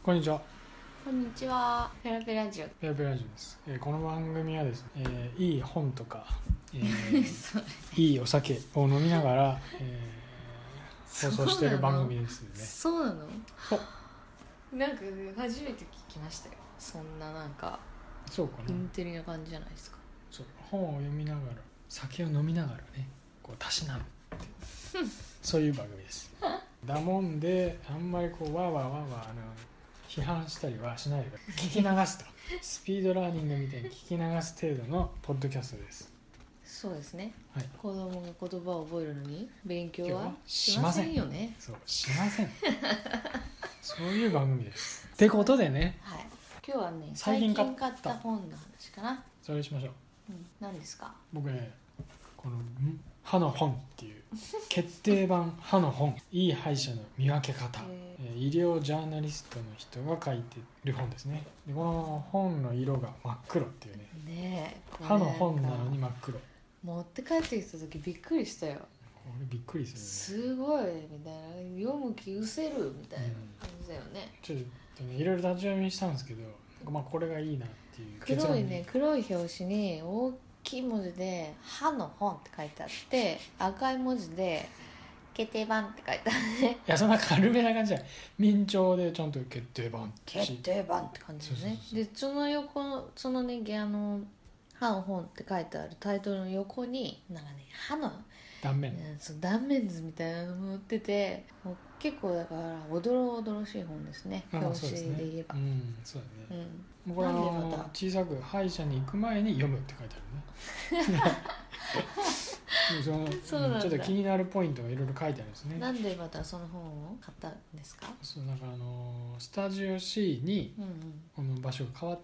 こんにちは。 こんにちは。ペラペラジオ。 ペラペラジオです。この番組はですね、いい本とか、いいお酒を飲みながら、放送している番組ですね。 そうなの？ そう。 なんか初めて聞きましたよ。そんななんかそうかな。 インテリな感じじゃないですか。 そう。本を読みながら、酒を飲みながらね、こうたしなむってそういう番組です。だもんで、あんまりこうわーわーわーわー批判したりはしないでください。聞き流すとスピードラーニングみたいに聞き流す程度のポッドキャストです。 そうですね。 はい。 子供が言葉を覚えるのに勉強はしませんよね。 そうしませんそういう番組です。ってことでね。 はい。今日はね、 最近買った本の話かな。 それしましょう。 何ですか？ 僕ね、この歯の本っていう決定版歯の本、いい歯医者の見分け方、医療ジャーナリストの人が書いてる本ですね。でこの本の色が真っ黒っていうね。 ねえ、 歯の本なのに真っ黒。 持って帰ってきた時びっくりしたよ。 俺びっくりする、 すごいみたいな、読む気失せるみたいな感じだよね。 ちょっとね、いろいろ立ち読みしたんですけど、まあこれがいいなっていう結論に。 黒い表紙に大きい文字で「歯の本」って書いてあって、赤い文字で「決定版」って書いてあるね。 いや、そんな軽めな感じじゃない。明朝でちゃんと決定版って決定版って感じですね。でその横のそのね、歯の本って書いてあるタイトルの横になんかね、歯の断面、 そう断面図みたいなのも載ってて、もう結構だからおどろしい本ですね、表紙で言えば。 そうだね。もうこれ小さく歯医者に行く前に読むって書いてあるねちょっと気になるポイントがいろいろ書いてあるんですね。 なんでまたその本を買ったんですか？ そう、なんかスタジオ C にこの場所が変わって、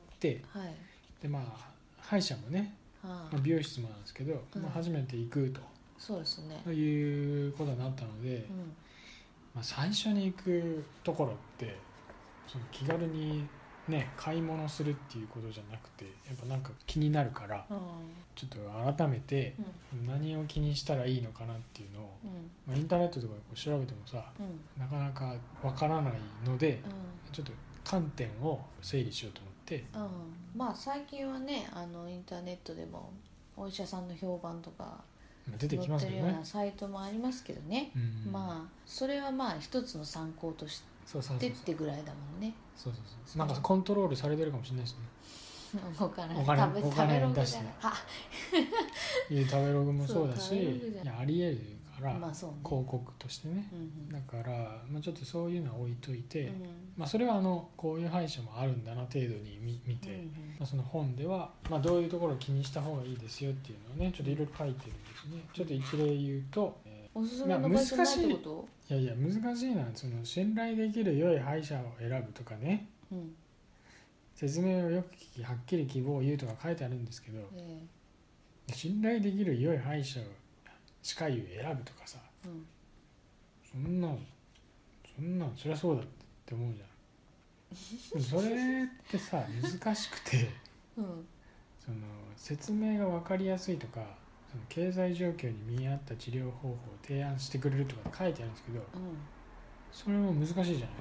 でまあ歯医者もね、美容室もなんですけど、初めて行くと、 そうですね、 ということになったので、最初に行くところってその気軽にね買い物するっていうことじゃなくて、やっぱなんか気になるから、ちょっと改めて何を気にしたらいいのかなっていうのを、インターネットとかでこう調べてもさ、なかなかわからないので、ちょっと観点を整理しようと思って、 まあ最近はね、インターネットでもお医者さんの評判とか出てきますよね。 載ってるようなサイトもありますけどね、まあそれはまあ一つの参考としてってぐらいだもんね。 なんかコントロールされてるかもしれないですね。 お金出していう食べログもそうだし、いやありえるから、広告としてね、だから、ちょっとそういうのは置いといて、それはこういう歯医者もあるんだな程度に見て、その本では、どういうところを気にした方がいいですよっていうのをね、ちょっといろいろ書いてるんですね。ちょっと一例言うと、 おすすめの場所ないってこと？ いや難しいな。その信頼できる良い歯医者を選ぶとかね、説明をよく聞きはっきり希望を言うとか書いてあるんですけど、信頼できる良い歯医者を歯科医を選ぶとかさ、そんなんそりゃそうだって思うじゃん。それってさ難しくて、その説明が分かりやすいとか、その経済状況に見合った治療方法を提案してくれるとか書いてあるんですけど、それも難しいじゃない。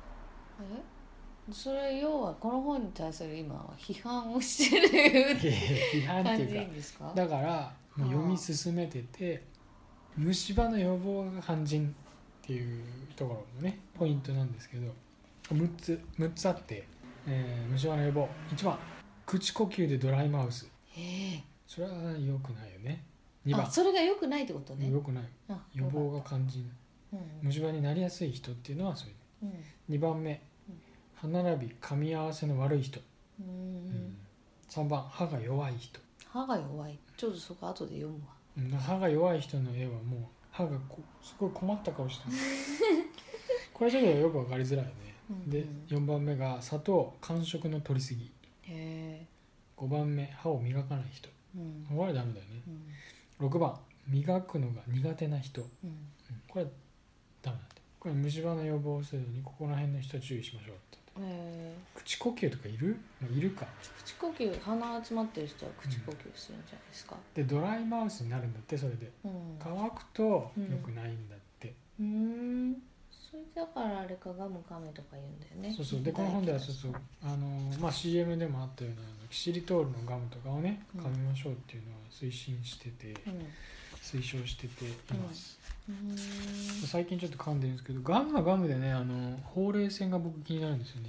それ要はこの本に対する今は批判をしてる批判っていうか、 感じですか？ だからもう読み進めてて、虫歯の予防が肝心っていうところもねポイントなんですけど、6つあって、虫歯の予防、1番口呼吸でドライマウス、それは良くないよね。2番、 それが良くないってことね。 良くない、予防が肝心、虫歯になりやすい人っていうのはそういう、2番目、歯並び噛み合わせの悪い人、3番、歯が弱い人。 歯が弱い、ちょっとそこ後で読むわ。 歯が弱い人の絵はもう歯がすごい困った顔してるこれちょっとよく分かりづらいよね。で4番目が砂糖間食の取りすぎ。5番目、歯を磨かない人、これダメだよね。6番、磨くのが苦手な人、これダメなんだ。これ虫歯の予防をするのにここら辺の人は注意しましょうって。口呼吸とかいるか。 口呼吸、鼻集まってる人は口呼吸するんじゃないですか。 でドライマウスになるんだって。それで、乾くと良くないんだって。 それだからあれかガム噛めとか言うんだよね。 そうそうでこの本ではそうそうまあ CM でもあったようなキシリトールのガムとかをね噛みましょうっていうのは推進してて、推奨してています、最近ちょっと噛んでるんですけどガムはガムでねほうれい線が僕気になるんですよね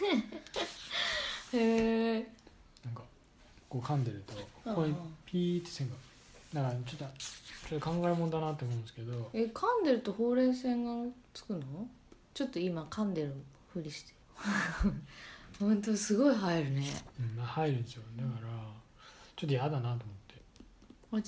へえ。 なんかこう噛んでるとここにピーって線がだからちょっと考えもんだなって思うんですけど噛んでるとほうれい線がつくの？ちょっと今噛んでるふりしてほんとすごい入るね。 入るんですよだからちょっと嫌だなと思って。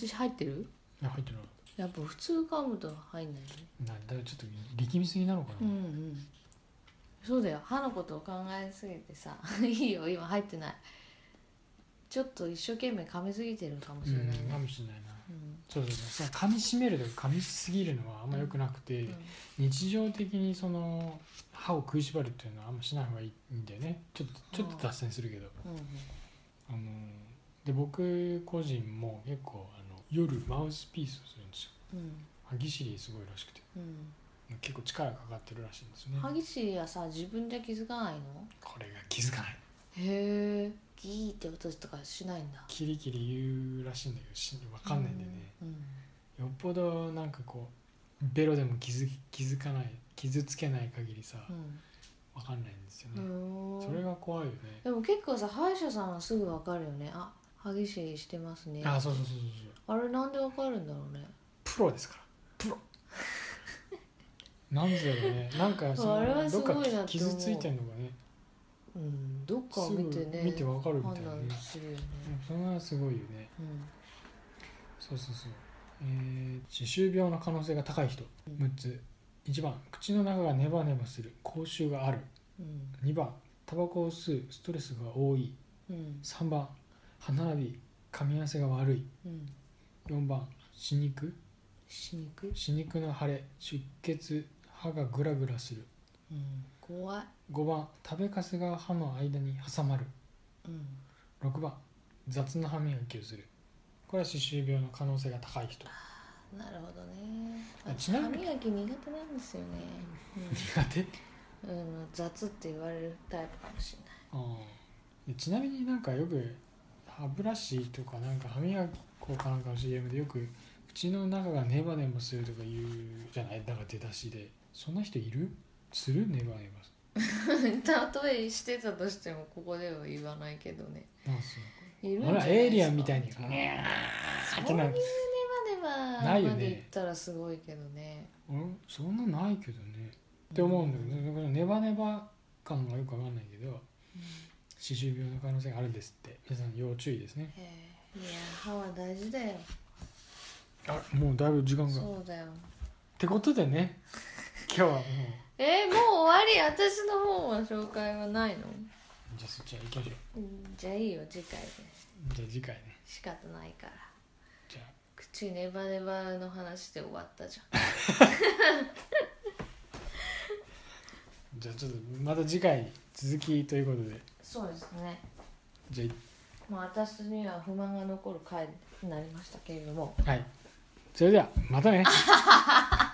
私入ってる？ 入ってない。 やっぱ普通噛むと入んないよね。 だからちょっと力みすぎなのかな。 そうだよ歯のことを考えすぎてさいいよ今入ってない。ちょっと一生懸命噛みすぎてるかもしれないね。 かもしれないな、そう噛みしめるとか噛みしすぎるのはあんま良くなくて、日常的にその歯を食いしばるっていうのはあんましない方がいいんだよね。ちょっと脱線するけど、で僕個人も結構夜マウスピースをするんですよ、歯ぎしりすごいらしくて、結構力がかかってるらしいんですよね。 歯ぎしりはさ自分じゃ気づかないの？ これが気づかない。 へえ。ギーって音とかしないんだ。 キリキリ言うらしいんだけど分かんないんだよね、よっぽどなんかこうベロでも気づかない傷つけない限りさ、分かんないんですよね。それが怖いよね。 でも結構さ歯医者さんはすぐ分かるよね。あ、歯ぎしりしてますね。 そうあれなんで分かるんだろうね。 プロですからプロなんでだろうね。なんかあれはすごいなって思う。 どっか傷ついてんのかね。 どっかを見てね見て分かるみたいなね。 判断するよね。 それはすごいよね、そう歯周病の可能性が高い人6つ。1番口の中がネバネバする口臭がある、2番タバコを吸うストレスが多い、3番歯並び噛み合わせが悪い、4番歯肉の腫れ出血歯がグラグラする、 怖い。 5番食べかすが歯の間に挟まる、6番雑な歯磨きをする。これは歯周病の可能性が高い人。 なるほどね。 ちなみに歯磨き苦手なんですよね、 苦手？ 雑って言われるタイプかもしれない。 ちなみになんかよく歯ブラシとかなんか歯磨き粉かなんかの CM でよく口の中がネバネバするとか言うじゃない。だから出だしでそんな人いる？する？ネバネバ例えしてたとしてもここでは言わないけどね。 いるんじゃないですか。エイリアンみたいにそういうネバネバまで言ったらすごいけどね。 そんなないけどねって思うんだけど、だからネバネバ感がよくわかんないけど、歯周病の可能性があるんですって。皆さん要注意ですね。 いや歯は大事だよ。 もうだいぶ時間が。 そうだよ。 ってことでね今日はもうもう終わり？私の本は紹介はないの？ じゃあそっちは行きましょう。 じゃあいいよ次回で。 じゃあ次回ね。 仕方ないから。 じゃあ口ネバネバの話で終わったじゃんじゃあちょっとまた次回続きということで。 そうですね。 じゃあ私には不満が残る回になりましたけれども、 はい、それではまたね